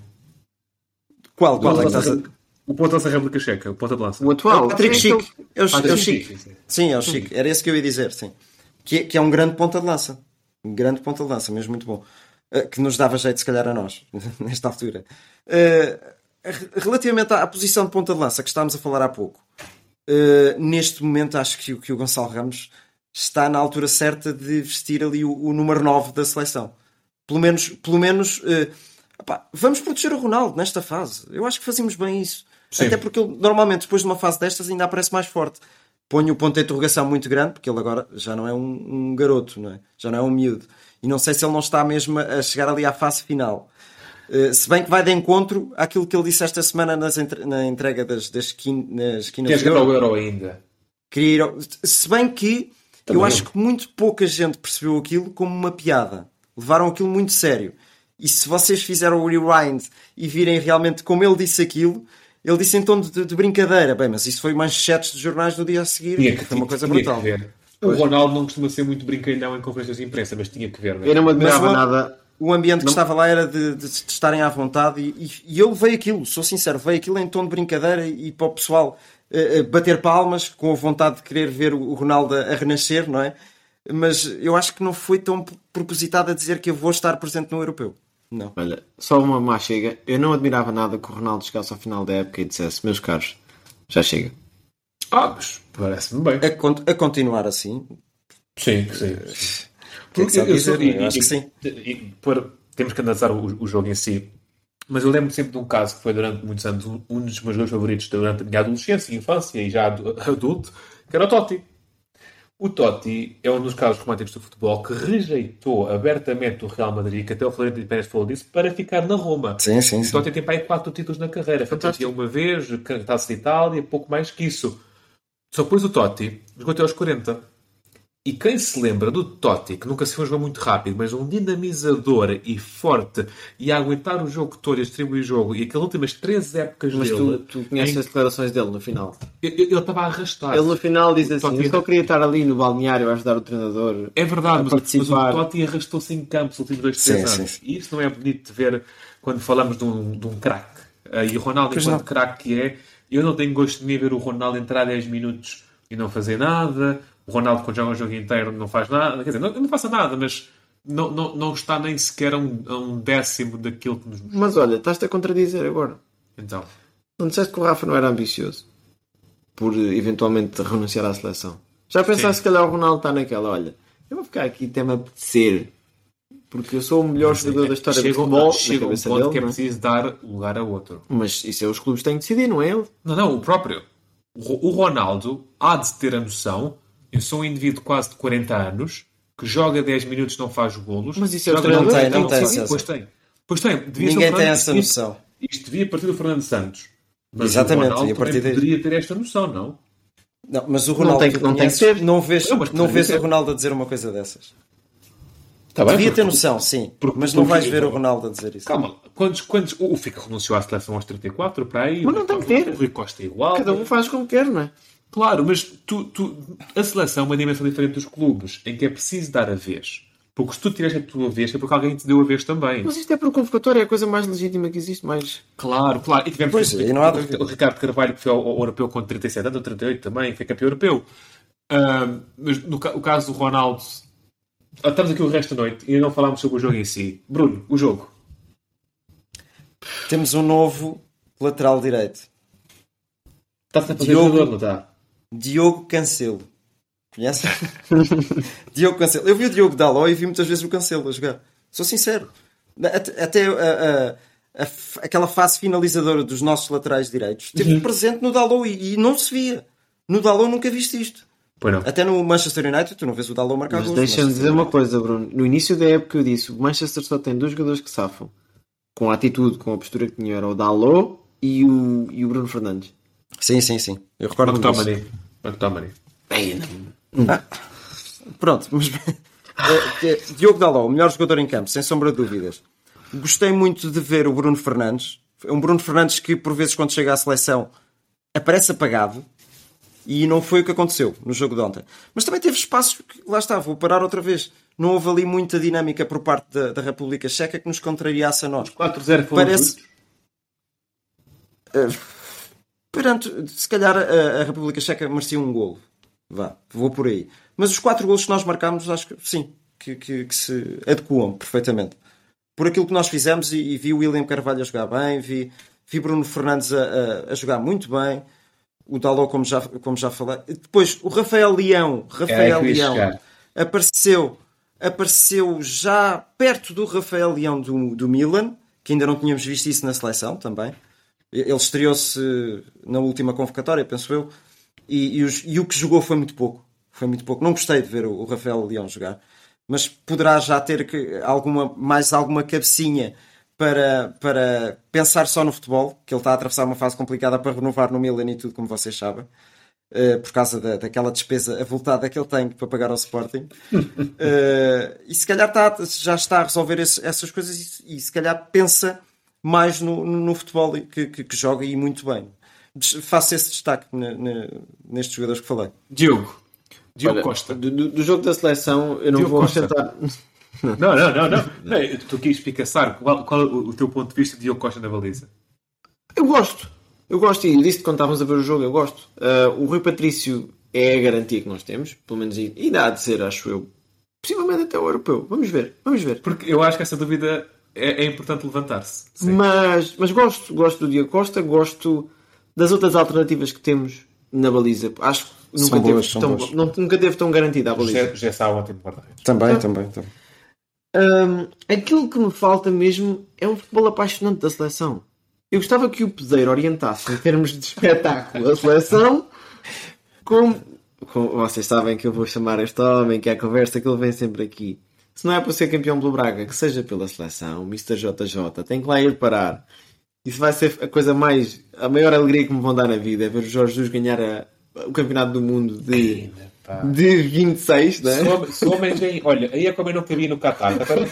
Qual? O Qual é que ponta estás a... de lança- o ponta de lança da República Checa. O ponta de lança. O atual. É o Patrick É Schick. aquele- É o, Ah, é o sim, Schick. sim, sim. Sim, é o Chico. Era esse que eu ia dizer, sim. Que, é- que é um grande ponta de lança. Um grande ponta de lança, mesmo muito bom. Uh, que nos dava jeito, se calhar, a nós, nesta altura. Uh, re- relativamente à, à posição de ponta de lança, que estávamos a falar há pouco, uh, neste momento acho que, o- que o Gonçalo Ramos está na altura certa de vestir ali o, o número nove da seleção. Pelo menos, pelo menos uh, opá, vamos proteger o Ronaldo nesta fase. Eu acho que fazemos bem isso. Sim. Até porque ele, normalmente, depois de uma fase destas, ainda aparece mais forte. Ponho o ponto de interrogação muito grande, porque ele agora já não é um, um garoto, não é? Já não é um miúdo. E não sei se ele não está mesmo a chegar ali à fase final. Uh, se bem que vai de encontro àquilo que ele disse esta semana nas entre... na entrega das, das esquin... nas esquinas Queres de ganhar ouro. o Euro ainda? Queria ir ao- Se bem que Também eu eu. acho que muito pouca gente percebeu aquilo como uma piada. Levaram aquilo muito sério. E se vocês fizeram o rewind e virem realmente como ele disse aquilo, ele disse em tom de, de brincadeira. Bem, mas isso foi manchetes de jornais no dia a seguir. Tinha que, Foi uma coisa tinha brutal. que ver. O Ronaldo não costuma ser muito brincalhão em conferências de imprensa, mas tinha que ver. Eu não me admirava Mas o- nada. O ambiente que Não- estava lá era de, de, de estarem à vontade e, e, e eu levei aquilo, sou sincero, levei aquilo em tom de brincadeira e, e para o pessoal eh, eh, bater palmas com a vontade de querer ver o, o Ronaldo a, a renascer, não é? Mas eu acho que não foi tão propositado a dizer que eu vou estar presente no Europeu. Não. Olha, só uma má chega. Eu não admirava nada que o Ronaldo chegasse ao final da época e dissesse: meus caros, já chega. Ah, mas parece-me bem. A, con- a continuar assim, Sim, sim. que é que sabe Eu dizer? sei- Eu acho que sim. e- e- por- temos que analisar o, o jogo em si. Mas eu lembro sempre de um caso que foi durante muitos anos um, um dos meus jogos favoritos durante a minha adolescência, infância e já adu- adulto, que era o Totti. O Totti é um dos casos românticos do futebol que rejeitou abertamente o Real Madrid, que até o Florentino Pérez falou disso, para ficar na Roma. Sim, sim, O sim. Totti tem para aí quatro títulos na carreira. Fantástico. Uma vez, Taça de Itália, pouco mais que isso. Só depois o Totti jogou até aos quarenta. E quem se lembra do Totti, que nunca se foi jogar muito rápido, mas um dinamizador e forte, e a aguentar o jogo todo e a distribuir o jogo, e aquelas últimas três épocas Mas dele, tu, tu conheces em- as declarações dele no final. ele ele estava a arrastar. Ele no final diz assim: Totti- eu só queria estar ali no balneário a ajudar o treinador. É verdade, a mas, mas o participar. Totti arrastou-se em campo os últimos dois, três Sim, anos. sim. E isso não é bonito de ver quando falamos de um, de um craque. Ah, e o Ronaldo, Pois enquanto não. craque que é, eu não tenho gosto de nem ver o Ronaldo entrar dez minutos e não fazer nada. O Ronaldo, quando joga um jogo inteiro, não faz nada. Quer dizer, não, não faça nada, mas não, não, não está nem sequer a um, a um décimo daquilo que nos mostrou. Mas olha, estás-te a contradizer agora. Então, Não disseste que o Rafa não era ambicioso por eh, eventualmente renunciar à seleção? Já pensaste se calhar o Ronaldo está naquela? Olha, eu vou ficar aqui até me apetecer porque eu sou o melhor jogador da história do chega, futebol chega na um cabeça ponto dele, que é não é? preciso dar lugar a outro. Mas isso é os clubes que têm de decidir, não é ele? Não, não, o próprio. O o Ronaldo há de ter a noção. Eu sou um indivíduo de quase de quarenta anos que joga dez minutos e não faz golos. Mas isso é o Joga treinador. dez Não tem, não tem minutos, essa- Pois tem. Pois tem. Devia ser Ninguém o tem Fernando- essa devia- noção. Isto devia partir do Fernando Santos. Mas Exatamente, o Ronaldo e a partir também daí- poderia ter esta noção, não? Não, mas o Ronaldo tem que que- não tem conheces, que ter. não vês, Não, mas não poderia vês ter. o Ronaldo a dizer uma coisa dessas. Tá bem, Devia porque- ter noção, sim, porque- mas não porque- vais ver o Ronaldo a dizer isso. Calma, quantos, quantos, o Fica renunciou à seleção aos trinta e quatro para aí? Mas não tem que ter. O Rui Costa é igual. Cada um faz como quer, não é? Claro, mas tu, tu, a seleção é uma dimensão diferente dos clubes, em que é preciso dar a vez. Porque se tu tiveste a tua vez, é porque alguém te deu a vez também. Mas isto é por convocatória, é a coisa mais legítima que existe, mais... Claro, claro. E tivemos Pois é, e não há dúvida. o Ricardo Carvalho, que foi ao, ao europeu com trinta e sete anos, ou trinta e oito também, foi campeão europeu. Ah, mas no ca- o caso do Ronaldo, ah, estamos aqui o resto da noite e ainda não falámos sobre o jogo em si. Bruno, o jogo. Temos um novo lateral direito, Está-se a fazer Diogo. jogador, não está? Diogo Cancelo. Conhece? Diogo Cancelo. Eu vi o Diogo Dalot e vi muitas vezes o Cancelo a jogar. Sou sincero. Até, até a, a- a- aquela fase finalizadora dos nossos laterais direitos esteve presente no Dalot e, e não se via. No Dalot nunca viste isto. Pois não. Até no Manchester United tu não vês o Dalot marcar Mas gols. deixa-me Manchester dizer uma United. coisa, Bruno. No início da época eu disse, o Manchester só tem dois jogadores que safam. Com a atitude, com a postura que tinha, era o Dalot e o, e o Bruno Fernandes. Sim, sim, sim. Eu recordo-me disso. McTominay. McTominay. Pronto, mas é, é, Diogo Dalot, o melhor jogador em campo, sem sombra de dúvidas. Gostei muito de ver o Bruno Fernandes É um Bruno Fernandes que, por vezes, quando chega à seleção, aparece apagado. E não foi o que aconteceu no jogo de ontem. Mas também teve espaços que, lá está, vou parar outra vez. Não houve ali muita dinâmica por parte da, da República Checa que nos contrariasse a nós. quatro a zero foram Parece... Uh, perante, se calhar a, a República Checa merecia um golo. Vá, vou por aí. Mas os quatro golos que nós marcámos, acho que sim, que, que, que se adequam perfeitamente. Por aquilo que nós fizemos, e, e vi o William Carvalho a jogar bem, vi, vi Bruno Fernandes a, a, a jogar muito bem. O Dalot, como já, como já falei. Depois, o Rafael Leão. Rafael é, Leão apareceu, apareceu já perto do Rafael Leão do, do Milan, que ainda não tínhamos visto isso na seleção também. Ele estreou-se na última convocatória, penso eu, e, e, os, e o que jogou foi muito pouco. Foi muito pouco. Não gostei de ver o, o Rafael Leão jogar, mas poderá já ter que, alguma, mais alguma cabecinha Para, para pensar só no futebol, que ele está a atravessar uma fase complicada para renovar no Milan e tudo, como vocês sabem, uh, por causa da, daquela despesa avultada que ele tem para pagar ao Sporting. uh, e se calhar está, já está a resolver esse, essas coisas e, e se calhar pensa mais no, no, no futebol que, que, que joga e muito bem. Faço esse destaque ne, ne, nestes jogadores que falei. Diogo. Diogo Olha, Costa. Do, do jogo da seleção, eu não Diogo vou Costa. acrescentar... Não, não, não, não. não eu estou aqui a explicar qual, qual é o teu ponto de vista de Diogo Costa na baliza. Eu gosto. Eu gosto e disse quando estávamos a ver o jogo, eu gosto. Uh, o Rui Patrício é a garantia que nós temos, pelo menos ainda há de ser, acho eu. Possivelmente até o europeu. Vamos ver, vamos ver. Porque eu acho que essa dúvida é, é importante levantar-se. Sim. Mas, mas gosto, gosto do Diogo Costa, gosto das outras alternativas que temos na baliza. Acho que nunca, boas, teve, tão, não, nunca teve tão garantida a baliza. Já está ótimo guarda-redes. Também, ah. também, também. Um, aquilo que me falta mesmo é um futebol apaixonante da seleção. Eu gostava que o Peseiro orientasse em termos de espetáculo a seleção como, como vocês sabem que eu vou chamar este homem, que é a conversa que ele vem sempre aqui. Se não é para ser campeão pelo Braga, que seja pela seleção, o mister J J tem que lá ir parar. Isso vai ser a coisa mais, a maior alegria que me vão dar na vida, é ver o Jorge Jesus ganhar a, o campeonato do mundo de... Ainda. De vinte e seis, né? Se o homem vem, olha, aí é como eu não cabia no Qatar.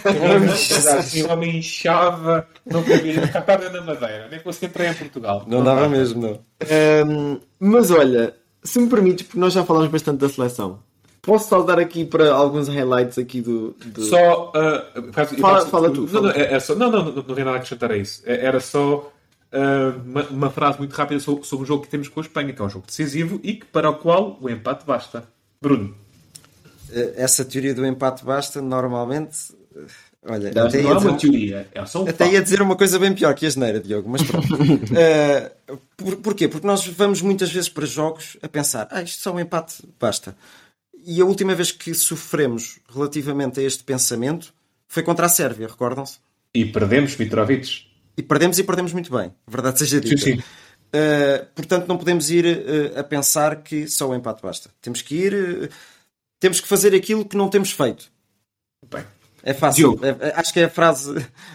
Assim, o homem inchava, não cabia no Qatar nem na Madeira, nem conseguia entrar em Portugal. Não, não dava mesmo, não. Um, mas olha, se me permites, porque nós já falamos bastante da seleção, posso só dar aqui para alguns highlights aqui do. do... Só. Uh, caso, fala, posso, fala tu. Não, Fala. Não, é, é só, não, não, não, não tem nada a acrescentar a isso. É, era só. Uh, uma, uma frase muito rápida sobre, sobre o jogo que temos com a Espanha, que é um jogo decisivo e que, para o qual o empate basta. Bruno. Essa teoria do empate basta, normalmente. Olha, não, até não é dizer, uma teoria, é só um até fato. ia dizer uma coisa bem pior que a geneira, Diogo, mas pronto. uh, por, porquê? Porque nós vamos muitas vezes para jogos a pensar, ah, isto só um empate basta. E a última vez que sofremos relativamente a este pensamento foi contra a Sérvia, recordam-se? E perdemos Mitrovic. E perdemos e perdemos muito bem, verdade seja dita. Sim, sim. Uh, portanto, não podemos ir uh, a pensar que só o empate basta. Temos que ir, uh, temos que fazer aquilo que não temos feito. Bem, é fácil. É, acho que é a frase.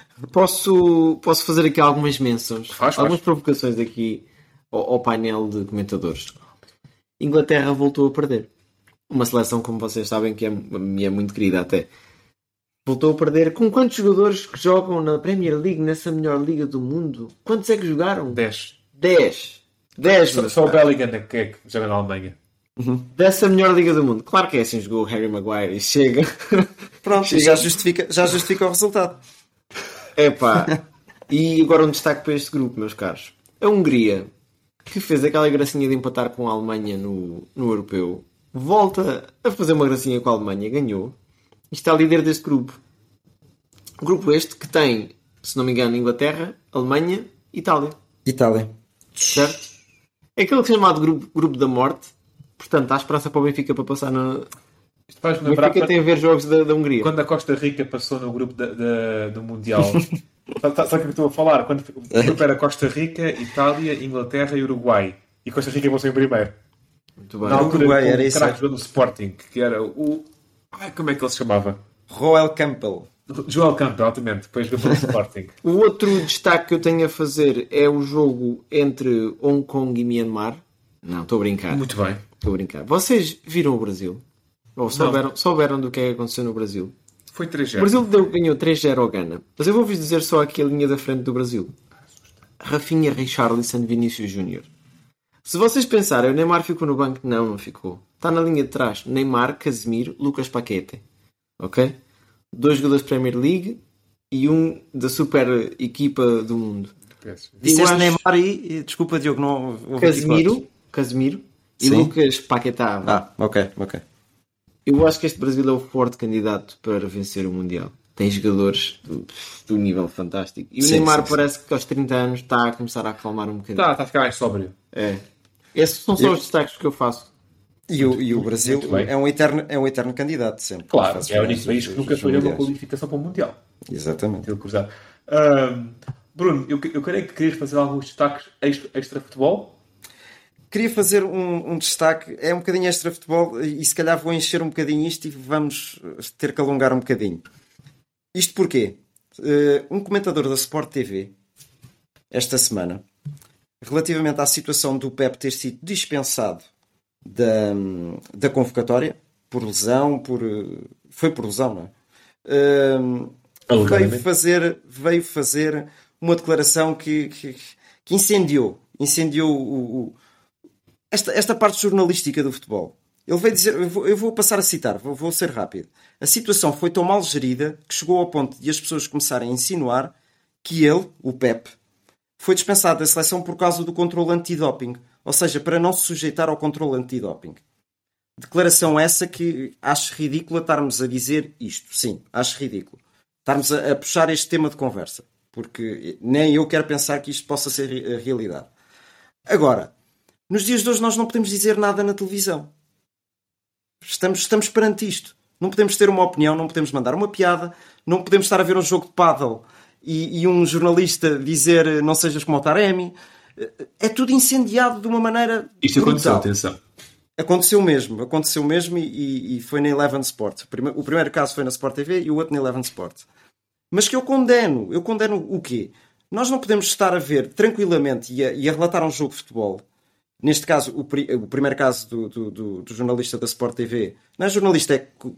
Posso, posso fazer aqui algumas menções, faz, algumas faz. provocações aqui ao, ao painel de comentadores. Inglaterra voltou a perder. Uma seleção, como vocês sabem, que é, me é muito querida até. Voltou a perder. Com quantos jogadores que jogam na Premier League, nessa melhor liga do mundo? Quantos é que jogaram? dez. dez. dez. Só, só o Bellingham é que, é que joga na Alemanha. Uhum. Dessa melhor liga do mundo. Claro que é assim, jogou o Harry Maguire e chega. Pronto, chega. Já, justifica, já justifica o resultado. Epá. E agora um destaque para este grupo, meus caros. A Hungria, que fez aquela gracinha de empatar com a Alemanha no, no Europeu, volta a fazer uma gracinha com a Alemanha, ganhou. E está líder deste grupo. Grupo este que tem, se não me engano, Inglaterra, Alemanha e Itália. Itália. Certo? É aquele que é chamado grupo, grupo da morte. Portanto, há esperança para o Benfica para passar no... Isto faz o Benfica tem a ver jogos da, da Hungria. Quando a Costa Rica passou no grupo da, da, do Mundial... Sabe o que eu estou a falar? Quando o grupo era Costa Rica, Itália, Inglaterra e Uruguai. E Costa Rica passou em primeiro. Muito bem. Na altura, Uruguai, com era o isso. craque do Sporting, que era o... Ai, como é que ele se chamava? Roel Campbell. Joel Campbell, altamente. Depois do Sporting. O outro destaque que eu tenho a fazer é o jogo entre Hong Kong e Myanmar. Não, estou a brincar. Muito bem. Estou a brincar. Vocês viram o Brasil? Ou souberam, souberam do que é que aconteceu no Brasil? Foi três O zero. Brasil deu, ganhou três zero ao Ghana. Mas eu vou-vos dizer só aqui a linha da frente do Brasil. Rafinha, Richarlison, Vinícius Júnior. Se vocês pensarem, o Neymar ficou no banco? Não, não ficou. Está na linha de trás. Neymar, Casemiro, Lucas Paquete. Ok? Dois jogadores da Premier League e um da super equipa do mundo. Disseste acho... Neymar e, e... Desculpa, Diogo, não... Casemiro, Casemiro e Sim. Lucas Paquetá. Ah, ok, ok. Eu acho que este Brasil é o forte candidato para vencer o Mundial. Tem jogadores do, do nível fantástico. E o Sim, Neymar sim, parece sim. que aos trinta anos está a começar a acalmar um bocadinho. Está, está a ficar mais sóbrio. É. Esses são só eu... os destaques que eu faço. E o, e o Brasil é um, eterno, é um eterno candidato sempre. Claro, é o único país que nunca falhou uma qualificação para o Mundial. Exatamente. Um, Bruno, eu, eu creio que querias fazer alguns destaques extra, extra futebol. Queria fazer um, um destaque, é um bocadinho extra futebol e se calhar vou encher um bocadinho isto e vamos ter que alongar um bocadinho. Isto porquê? Uh, um comentador da Sport T V, esta semana, relativamente à situação do Pep ter sido dispensado da, da convocatória, por lesão, por, foi por lesão, não é? Uh, veio, fazer, veio fazer uma declaração que, que, que incendiou, incendiou o, o, esta, esta parte jornalística do futebol. Ele veio dizer, eu vou, eu vou passar a citar, vou, vou ser rápido. A situação foi tão mal gerida que chegou ao ponto de as pessoas começarem a insinuar que ele, o Pep, foi dispensado da seleção por causa do controle antidoping. Ou seja, para não se sujeitar ao controle antidoping. Declaração essa que acho ridícula estarmos a dizer isto. Sim, acho ridículo. Estarmos a, a puxar este tema de conversa. Porque nem eu quero pensar que isto possa ser a realidade. Agora, nos dias de hoje nós não podemos dizer nada na televisão. Estamos, estamos perante isto. Não podemos ter uma opinião, não podemos mandar uma piada, não podemos estar a ver um jogo de pádel e, e um jornalista dizer não sejas como o Taremi. É tudo incendiado de uma maneira Isto brutal. Aconteceu, atenção. Aconteceu mesmo, aconteceu mesmo e, e foi na Eleven Sport. O primeiro, o primeiro caso foi na Sport T V e o outro na Eleven Sport. Mas que eu condeno. Eu condeno o quê? Nós não podemos estar a ver tranquilamente e a, e a relatar um jogo de futebol. Neste caso, o, o primeiro caso do, do, do, do jornalista da Sport T V. Não é jornalista, é co-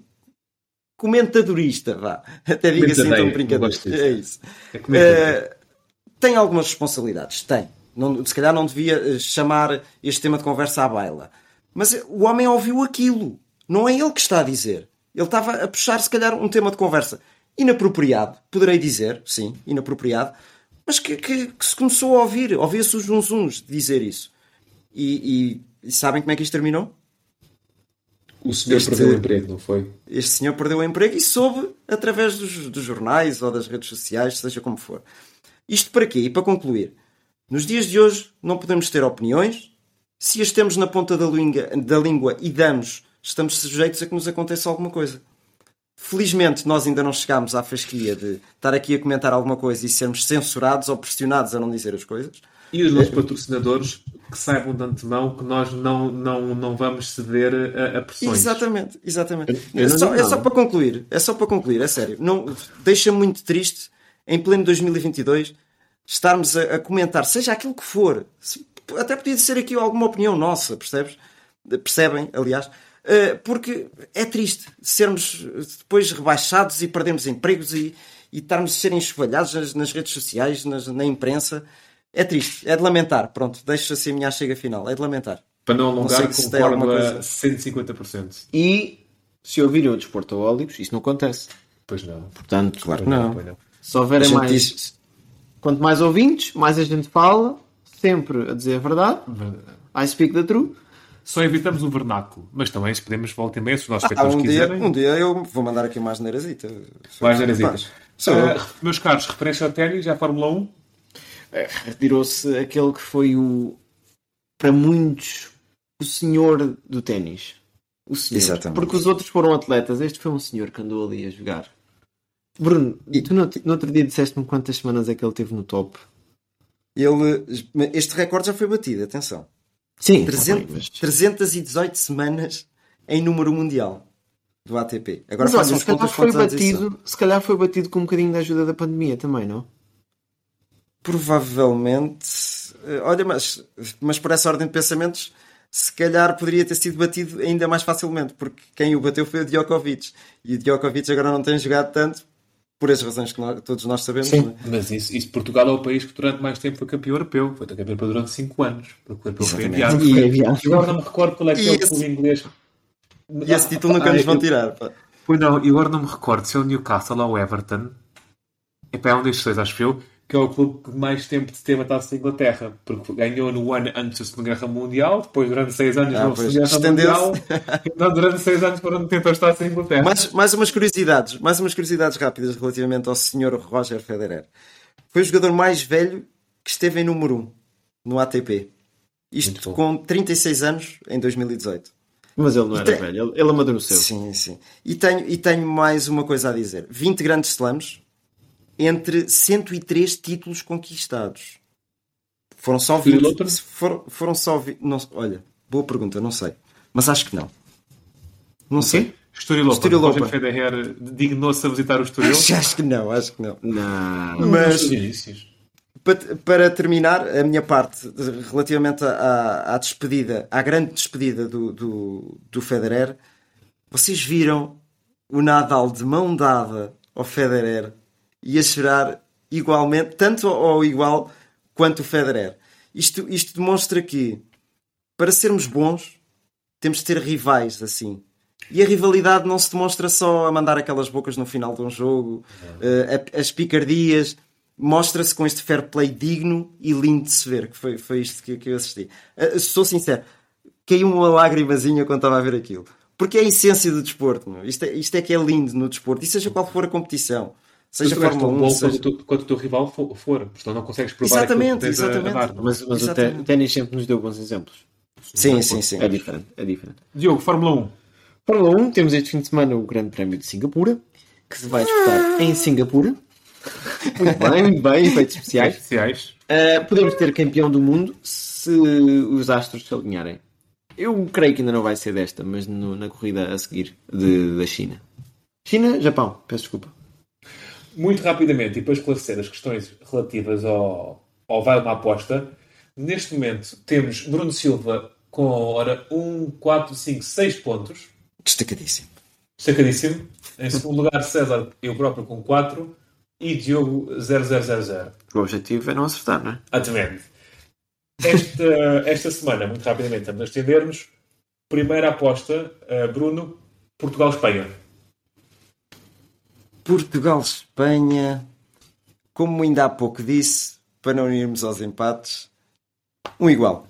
comentadorista, vá. Até diga assim, então brincadeira. É isso. É uh, tem algumas responsabilidades, tem. Não, se calhar não devia chamar este tema de conversa à baila. Mas o homem ouviu aquilo. Não é ele que está a dizer. Ele estava a puxar, se calhar, um tema de conversa inapropriado. Poderei dizer, sim, inapropriado. Mas que, que, que se começou a ouvir. Ouvia-se os zunzuns de dizer isso. E, e, e sabem como é que isto terminou? O senhor este, perdeu o emprego, não foi? Este senhor perdeu o emprego e soube através dos, dos jornais ou das redes sociais, seja como for. Isto para quê? E para concluir. Nos dias de hoje não podemos ter opiniões. Se as temos na ponta da língua, da língua e damos, estamos sujeitos a que nos aconteça alguma coisa. Felizmente nós ainda não chegámos à fasquia de estar aqui a comentar alguma coisa e sermos censurados ou pressionados a não dizer as coisas. E os nossos patrocinadores que saibam de antemão que nós não, não, não vamos ceder a, a pressões. Exatamente, exatamente. Eu, eu é, só, é só para concluir, é só para concluir, é sério. Não, deixa-me muito triste, em pleno dois mil e vinte e dois, estarmos a, a comentar, seja aquilo que for, até podia ser aqui alguma opinião nossa, percebes? Percebem, aliás, porque é triste sermos depois rebaixados e perdermos empregos e, e estarmos a ser enxovalhados nas, nas redes sociais, nas, na imprensa. É triste, é de lamentar. Pronto, deixo assim a minha chega final, é de lamentar. Para não alongar, não concordo a cento e cinquenta por cento. E se ouvirem outros portaólicos, isso não acontece. Pois não. Portanto, claro que não. não. Se houverem mais... Diz... Quanto mais ouvintes, mais a gente fala, sempre a dizer a verdade. verdade. I speak the truth. Só evitamos o vernáculo, mas também se podemos voltar também se os nossos ah, espectadores um quiserem. Dia, um dia eu vou mandar aqui mais neirazita. Mais neirazita. Uh, meus caros, referência ao ténis, à Fórmula um. Retirou-se aquele que foi o, para muitos, o senhor do ténis. O senhor. Exatamente. Porque os outros foram atletas. Este foi um senhor que andou ali a jogar. Bruno, e tu no, no outro dia disseste-me quantas semanas é que ele teve no top? Ele, este recorde já foi batido, atenção. Sim. trezentas, mas... trezentas e dezoito semanas em número mundial do A T P. Agora mas olha, se calhar foi batido, se calhar foi batido com um bocadinho da ajuda da pandemia também, não? Provavelmente. Olha, mas, mas por essa ordem de pensamentos, se calhar poderia ter sido batido ainda mais facilmente, porque quem o bateu foi o Djokovic. E o Djokovic agora não tem jogado tanto por as razões que nós, todos nós sabemos. Sim, não é? mas isso, isso Portugal é o país que durante mais tempo foi campeão europeu. Foi campeão europeu durante cinco anos. Porque o europeu foi enviado. E, enviado. E agora não me recordo qual é que é o esse... clube inglês. E esse título nunca ah, nos vão tirar. Pá. Pois não, e agora não me recordo se é o Newcastle ou o Everton. Epá, é um destes dois, acho eu, que é o clube que mais tempo teve a Taça da Inglaterra, porque ganhou no ano antes da Segunda Guerra Mundial, depois durante seis anos ah, não Segunda Guerra Mundial, então durante seis anos foram tentar estar sem Inglaterra. Mais, mais umas curiosidades, mais umas curiosidades rápidas relativamente ao senhor Roger Federer. Foi o jogador mais velho que esteve em número um no A T P. Isto com trinta e seis anos em dois mil e dezoito. Mas ele não era tem... velho, ele, ele amadureceu. Sim, sim. E tenho, e tenho mais uma coisa a dizer. vinte grandes slams entre cento e três títulos conquistados. Foram só vinte. Foram, foram só vinte. Não, olha, boa pergunta, não sei. Mas acho que não. Não sei. Estoril Open. Roger Federer dignou-se a visitar o Estoril? Acho, acho que não, acho que não. Não. Mas, para, para terminar a minha parte, relativamente à, à despedida, à grande despedida do, do, do Federer, vocês viram o Nadal de mão dada ao Federer e a chorar igualmente, tanto ou igual quanto o Federer. Isto, isto demonstra que, para sermos bons, temos de ter rivais assim. E a rivalidade não se demonstra só a mandar aquelas bocas no final de um jogo, uh, as picardias. Mostra-se com este fair play digno e lindo de se ver, que foi, foi isto que, que eu assisti. Uh, sou sincero, caiu uma lágrimazinha quando estava a ver aquilo. Porque é a essência do desporto. Meu. Isto, é, isto é que é lindo no desporto. E seja qual for a competição. Seja Fórmula um, seja... Quando, quando o teu rival for, for portanto não consegues provar exatamente, que exatamente. A, a mas mas exatamente. O ténis sempre nos deu bons exemplos. Sim, sim, sim. É diferente, é diferente. Diogo, Fórmula um. Fórmula um, temos este fim de semana o Grande Prémio de Singapura, que se vai disputar em Singapura. Muito bem, muito bem, efeitos especiais. especiais. Uh, podemos ter campeão do mundo se os astros se alinharem. Eu creio que ainda não vai ser desta, mas no, na corrida a seguir de, da China. China, Japão, peço desculpa. Muito rapidamente, e para esclarecer as questões relativas ao, ao Vai Uma Aposta, neste momento temos Bruno Silva com ora um, quatro, cinco, seis pontos. Destacadíssimo. Destacadíssimo. Em segundo lugar, César, eu próprio com quatro. E Diogo zero zero zero zero. O objetivo é não acertar, não é? Exatamente. Esta, esta semana, muito rapidamente, estamos a estendermos. Primeira aposta, uh, Bruno, Portugal-Espanha. Portugal-Espanha, como ainda há pouco disse, para não irmos aos empates, um igual.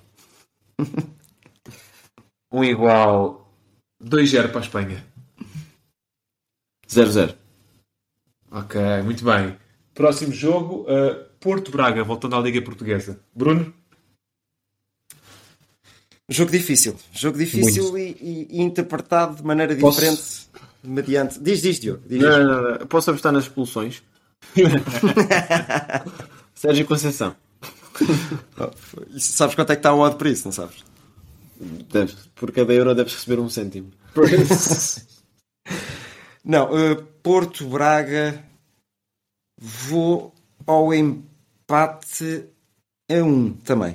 um igual. dois zero para a Espanha. zero zero. Ok, muito bem. Próximo jogo, uh, Porto-Braga, voltando à Liga Portuguesa. Bruno? Jogo difícil. Jogo difícil e, e, e interpretado de maneira Posso... diferente mediante... Diz, diz, Diogo. Diz, não, não, não. Posso apostar nas expulsões? Sérgio Conceição. Oh, sabes quanto é que está o odd para isso, não sabes? Deves. Por cada euro deves receber um cêntimo. Não, uh, Porto-Braga, vou ao empate a um também.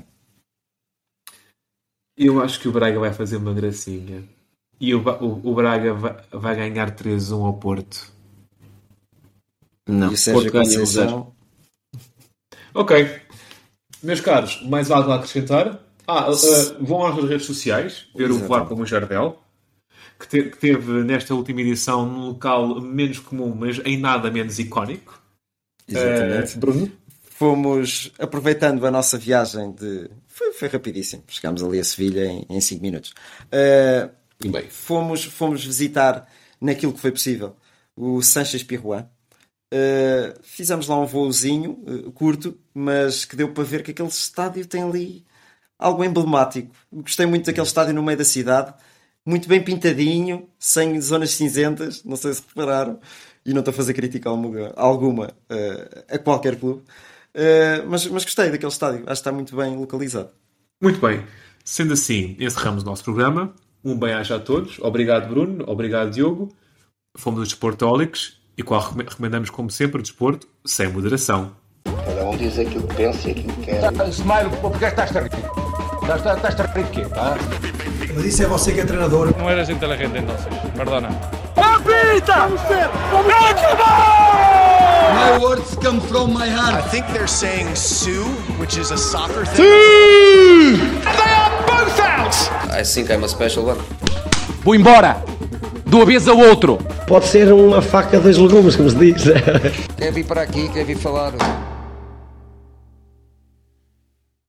Eu acho que o Braga vai fazer uma gracinha. E o, o, o Braga vai, vai ganhar três a um ao Porto. Não, e o Sérgio Conceição... Ok. Meus caros, mais algo a acrescentar? Ah, uh, vão às redes sociais ver o Voar como o Jardel. Que, te, que teve nesta última edição num local menos comum, mas em nada menos icónico. Exatamente. Uh, Bruno? Fomos, aproveitando a nossa viagem de... Foi, foi rapidíssimo. Chegámos ali a Sevilha em cinco minutos. Uh, e bem. Fomos, fomos visitar, naquilo que foi possível, o Sanches Pirroan. Uh, fizemos lá um voozinho uh, curto, mas que deu para ver que aquele estádio tem ali algo emblemático. Gostei muito daquele estádio no meio da cidade. Muito bem pintadinho, sem zonas cinzentas, não sei se repararam, e não estou a fazer crítica alguma, alguma uh, a qualquer clube, uh, mas, mas gostei daquele estádio, acho que está muito bem localizado. Muito bem, sendo assim, encerramos o nosso programa. Um bem-aja a todos, obrigado Bruno, obrigado Diogo, fomos os Desportólicos, e qual recomendamos, como sempre, o desporto sem moderação. Cada um diz aquilo que pensa e aquilo que quer. Smile, porque estás-te a rir? Estás-te a rir de quê, tá? Mas isso é você que é treinador. No eres inteligente entonces, perdona. My words come from my I heart. think they're saying Sue, which is a soccer thing. Sue! They are both out! I think I'm a special one. Vou embora! De uma vez ao outro! Pode ser uma faca, dois legumes, como se diz. Quer vir para aqui, quer vir falar.